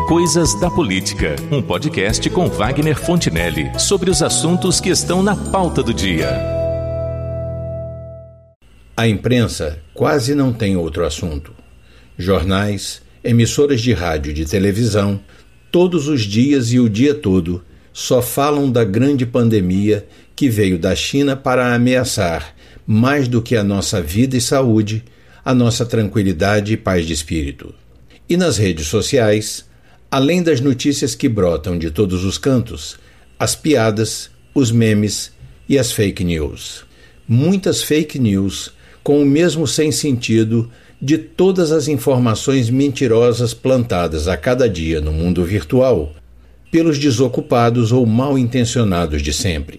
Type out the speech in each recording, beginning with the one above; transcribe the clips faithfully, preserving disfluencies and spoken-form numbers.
Coisas da Política, um podcast com Wagner Fontinelli sobre os assuntos que estão na pauta do dia. A imprensa quase não tem outro assunto. Jornais, emissoras de rádio e de televisão, todos os dias e o dia todo, só falam da grande pandemia que veio da China para ameaçar, mais do que a nossa vida e saúde, a nossa tranquilidade e paz de espírito. E nas redes sociais, além das notícias que brotam de todos os cantos, as piadas, os memes e as fake news. Muitas fake news com o mesmo sem sentido de todas as informações mentirosas plantadas a cada dia no mundo virtual pelos desocupados ou mal intencionados de sempre.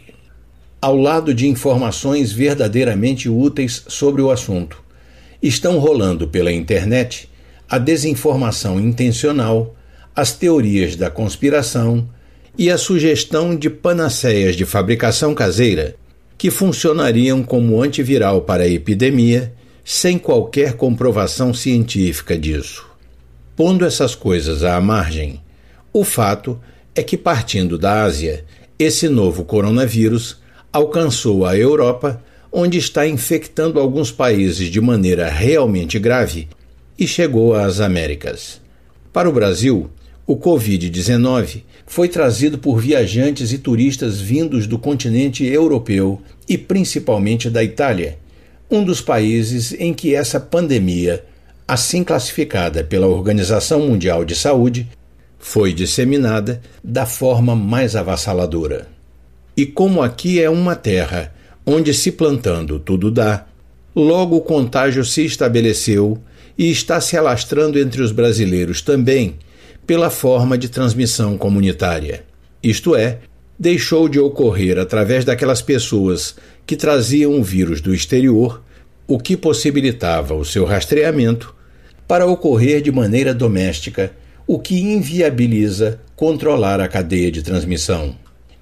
Ao lado de informações verdadeiramente úteis sobre o assunto, estão rolando pela internet a desinformação intencional, as teorias da conspiração e a sugestão de panaceias de fabricação caseira que funcionariam como antiviral para a epidemia sem qualquer comprovação científica disso. Pondo essas coisas à margem, o fato é que, partindo da Ásia, esse novo coronavírus alcançou a Europa, onde está infectando alguns países de maneira realmente grave, e chegou às Américas. Para o Brasil, o covid dezenove foi trazido por viajantes e turistas vindos do continente europeu e principalmente da Itália, um dos países em que essa pandemia, assim classificada pela Organização Mundial de Saúde, foi disseminada da forma mais avassaladora. E como aqui é uma terra onde se plantando tudo dá, logo o contágio se estabeleceu e está se alastrando entre os brasileiros também pela forma de transmissão comunitária. Isto é, deixou de ocorrer através daquelas pessoas que traziam o vírus do exterior, o que possibilitava o seu rastreamento, para ocorrer de maneira doméstica, o que inviabiliza controlar a cadeia de transmissão.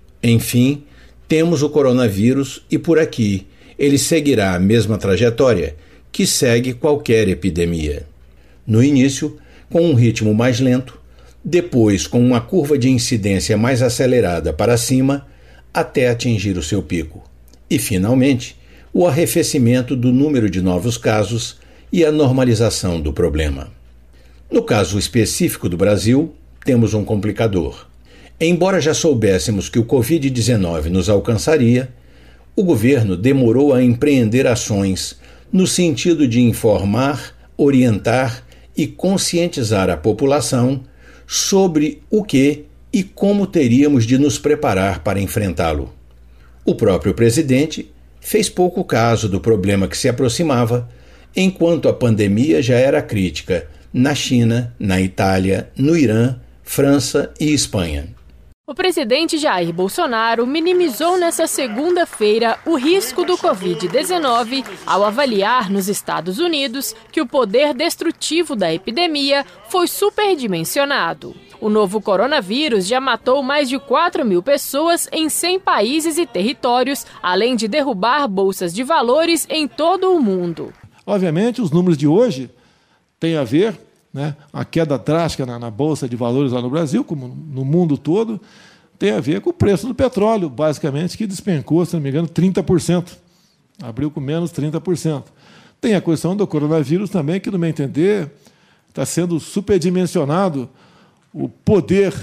Enfim, temos o coronavírus e por aqui ele seguirá a mesma trajetória que segue qualquer epidemia. No início, com um ritmo mais lento, depois com uma curva de incidência mais acelerada para cima, até atingir o seu pico. E, finalmente, o arrefecimento do número de novos casos e a normalização do problema. No caso específico do Brasil, temos um complicador. Embora já soubéssemos que o covid dezenove nos alcançaria, o governo demorou a empreender ações no sentido de informar, orientar e conscientizar a população sobre o que e como teríamos de nos preparar para enfrentá-lo. O próprio presidente fez pouco caso do problema que se aproximava, enquanto a pandemia já era crítica na China, na Itália, no Irã, França e Espanha. O presidente Jair Bolsonaro minimizou nesta segunda-feira o risco do covid dezenove ao avaliar nos Estados Unidos que o poder destrutivo da epidemia foi superdimensionado. O novo coronavírus já matou mais de quatro mil pessoas em cem países e territórios, além de derrubar bolsas de valores em todo o mundo. Obviamente, os números de hoje têm a ver, né, a queda drástica na, na Bolsa de Valores lá no Brasil, como no mundo todo, tem a ver com o preço do petróleo, basicamente, que despencou, se não me engano, trinta por cento. Abriu com menos trinta por cento. Tem a questão do coronavírus também, que, no meu entender, está sendo superdimensionado o poder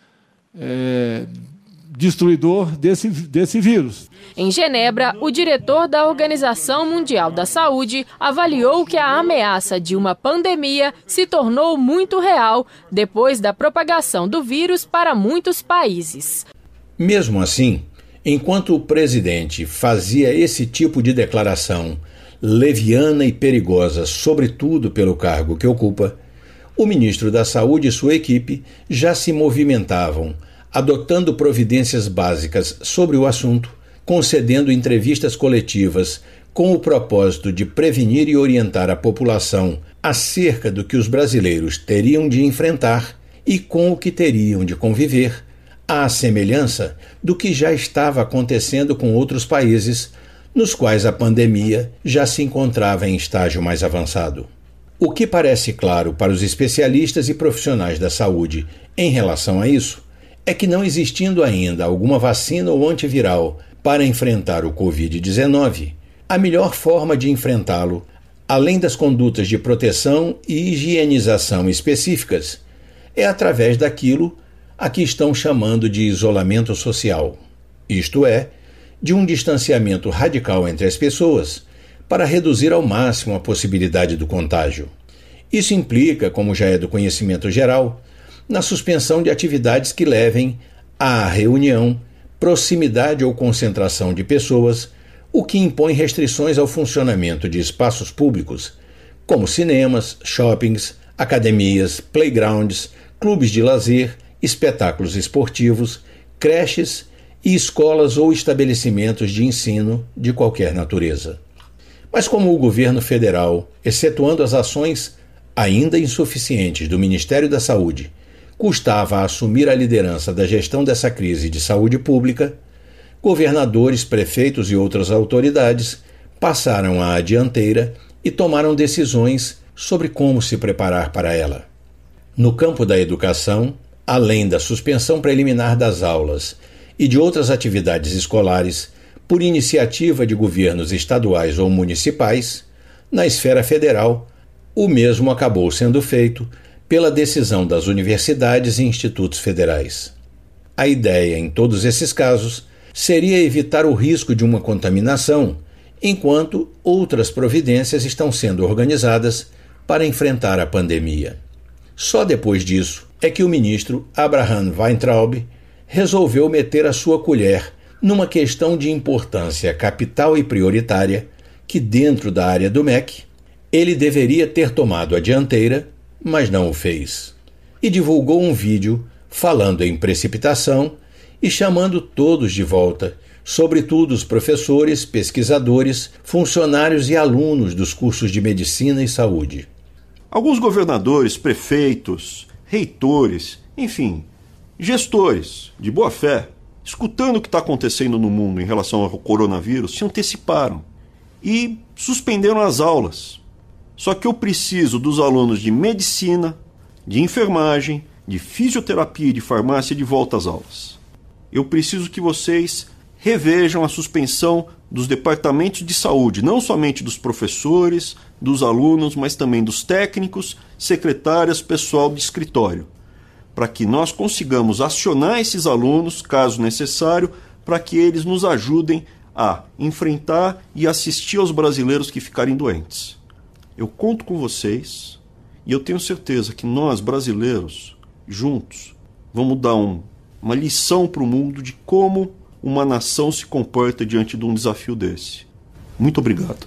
é, destruidor desse, desse vírus. Em Genebra, o diretor da Organização Mundial da Saúde avaliou que a ameaça de uma pandemia se tornou muito real depois da propagação do vírus para muitos países. Mesmo assim, enquanto o presidente fazia esse tipo de declaração leviana e perigosa, sobretudo pelo cargo que ocupa, o ministro da Saúde e sua equipe já se movimentavam, adotando providências básicas sobre o assunto, concedendo entrevistas coletivas com o propósito de prevenir e orientar a população acerca do que os brasileiros teriam de enfrentar e com o que teriam de conviver, à semelhança do que já estava acontecendo com outros países, nos quais a pandemia já se encontrava em estágio mais avançado. O que parece claro para os especialistas e profissionais da saúde em relação a isso é que, não existindo ainda alguma vacina ou antiviral para enfrentar o covid dezenove, a melhor forma de enfrentá-lo, além das condutas de proteção e higienização específicas, é através daquilo a que estão chamando de isolamento social, isto é, de um distanciamento radical entre as pessoas para reduzir ao máximo a possibilidade do contágio. Isso implica, como já é do conhecimento geral, na suspensão de atividades que levem à reunião, proximidade ou concentração de pessoas, o que impõe restrições ao funcionamento de espaços públicos, como cinemas, shoppings, academias, playgrounds, clubes de lazer, espetáculos esportivos, creches e escolas ou estabelecimentos de ensino de qualquer natureza. Mas como o governo federal, excetuando as ações ainda insuficientes do Ministério da Saúde, custava a assumir a liderança da gestão dessa crise de saúde pública, governadores, prefeitos e outras autoridades passaram à dianteira e tomaram decisões sobre como se preparar para ela. No campo da educação, além da suspensão preliminar das aulas e de outras atividades escolares, por iniciativa de governos estaduais ou municipais, na esfera federal, o mesmo acabou sendo feito pela decisão das universidades e institutos federais. A ideia, em todos esses casos, seria evitar o risco de uma contaminação, enquanto outras providências estão sendo organizadas para enfrentar a pandemia. Só depois disso é que o ministro Abraham Weintraub resolveu meter a sua colher numa questão de importância capital e prioritária que, dentro da área do M E C, ele deveria ter tomado a dianteira, mas não o fez. E divulgou um vídeo falando em precipitação e chamando todos de volta, sobretudo os professores, pesquisadores, funcionários e alunos dos cursos de medicina e saúde. Alguns governadores, prefeitos, reitores, enfim, gestores de boa fé, escutando o que está acontecendo no mundo em relação ao coronavírus, se anteciparam e suspenderam as aulas. Só que eu preciso dos alunos de medicina, de enfermagem, de fisioterapia e de farmácia de volta às aulas. Eu preciso que vocês revejam a suspensão dos departamentos de saúde, não somente dos professores, dos alunos, mas também dos técnicos, secretárias, pessoal de escritório, para que nós consigamos acionar esses alunos, caso necessário, para que eles nos ajudem a enfrentar e assistir aos brasileiros que ficarem doentes. Eu conto com vocês e eu tenho certeza que nós, brasileiros, juntos, vamos dar um, uma lição para o mundo de como uma nação se comporta diante de um desafio desse. Muito obrigado.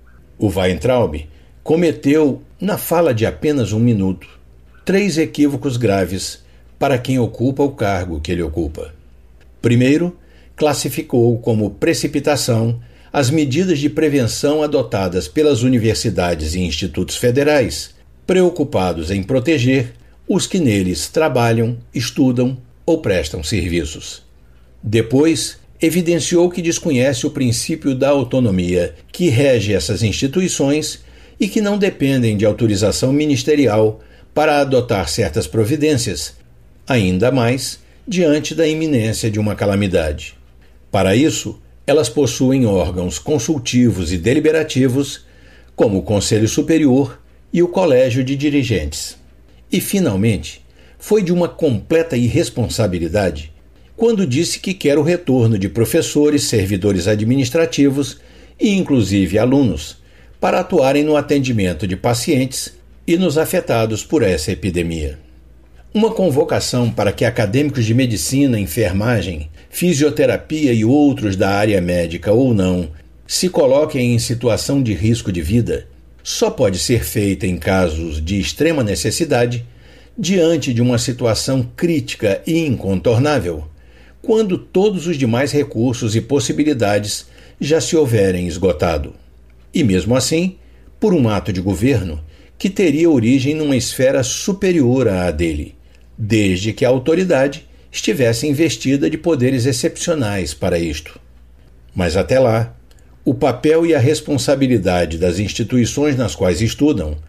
O Weintraub cometeu, na fala de apenas um minuto, três equívocos graves para quem ocupa o cargo que ele ocupa. Primeiro, classificou como precipitação as medidas de prevenção adotadas pelas universidades e institutos federais, preocupados em proteger os que neles trabalham, estudam ou prestam serviços. Depois, evidenciou que desconhece o princípio da autonomia que rege essas instituições e que não dependem de autorização ministerial para adotar certas providências, ainda mais diante da iminência de uma calamidade. Para isso, elas possuem órgãos consultivos e deliberativos, como o Conselho Superior e o Colégio de Dirigentes. E, finalmente, foi de uma completa irresponsabilidade quando disse que quer o retorno de professores, servidores administrativos e, inclusive, alunos, para atuarem no atendimento de pacientes e nos afetados por essa epidemia. Uma convocação para que acadêmicos de medicina, enfermagem, fisioterapia e outros da área médica ou não se coloquem em situação de risco de vida só pode ser feita em casos de extrema necessidade, diante de uma situação crítica e incontornável, quando todos os demais recursos e possibilidades já se houverem esgotado. E mesmo assim, por um ato de governo que teria origem numa esfera superior à dele, desde que a autoridade estivesse investida de poderes excepcionais para isto. Mas até lá, o papel e a responsabilidade das instituições nas quais estudam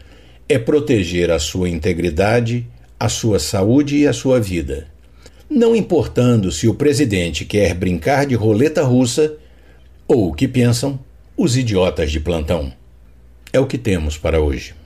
é proteger a sua integridade, a sua saúde e a sua vida, não importando se o presidente quer brincar de roleta russa ou o que pensam os idiotas de plantão. É o que temos para hoje.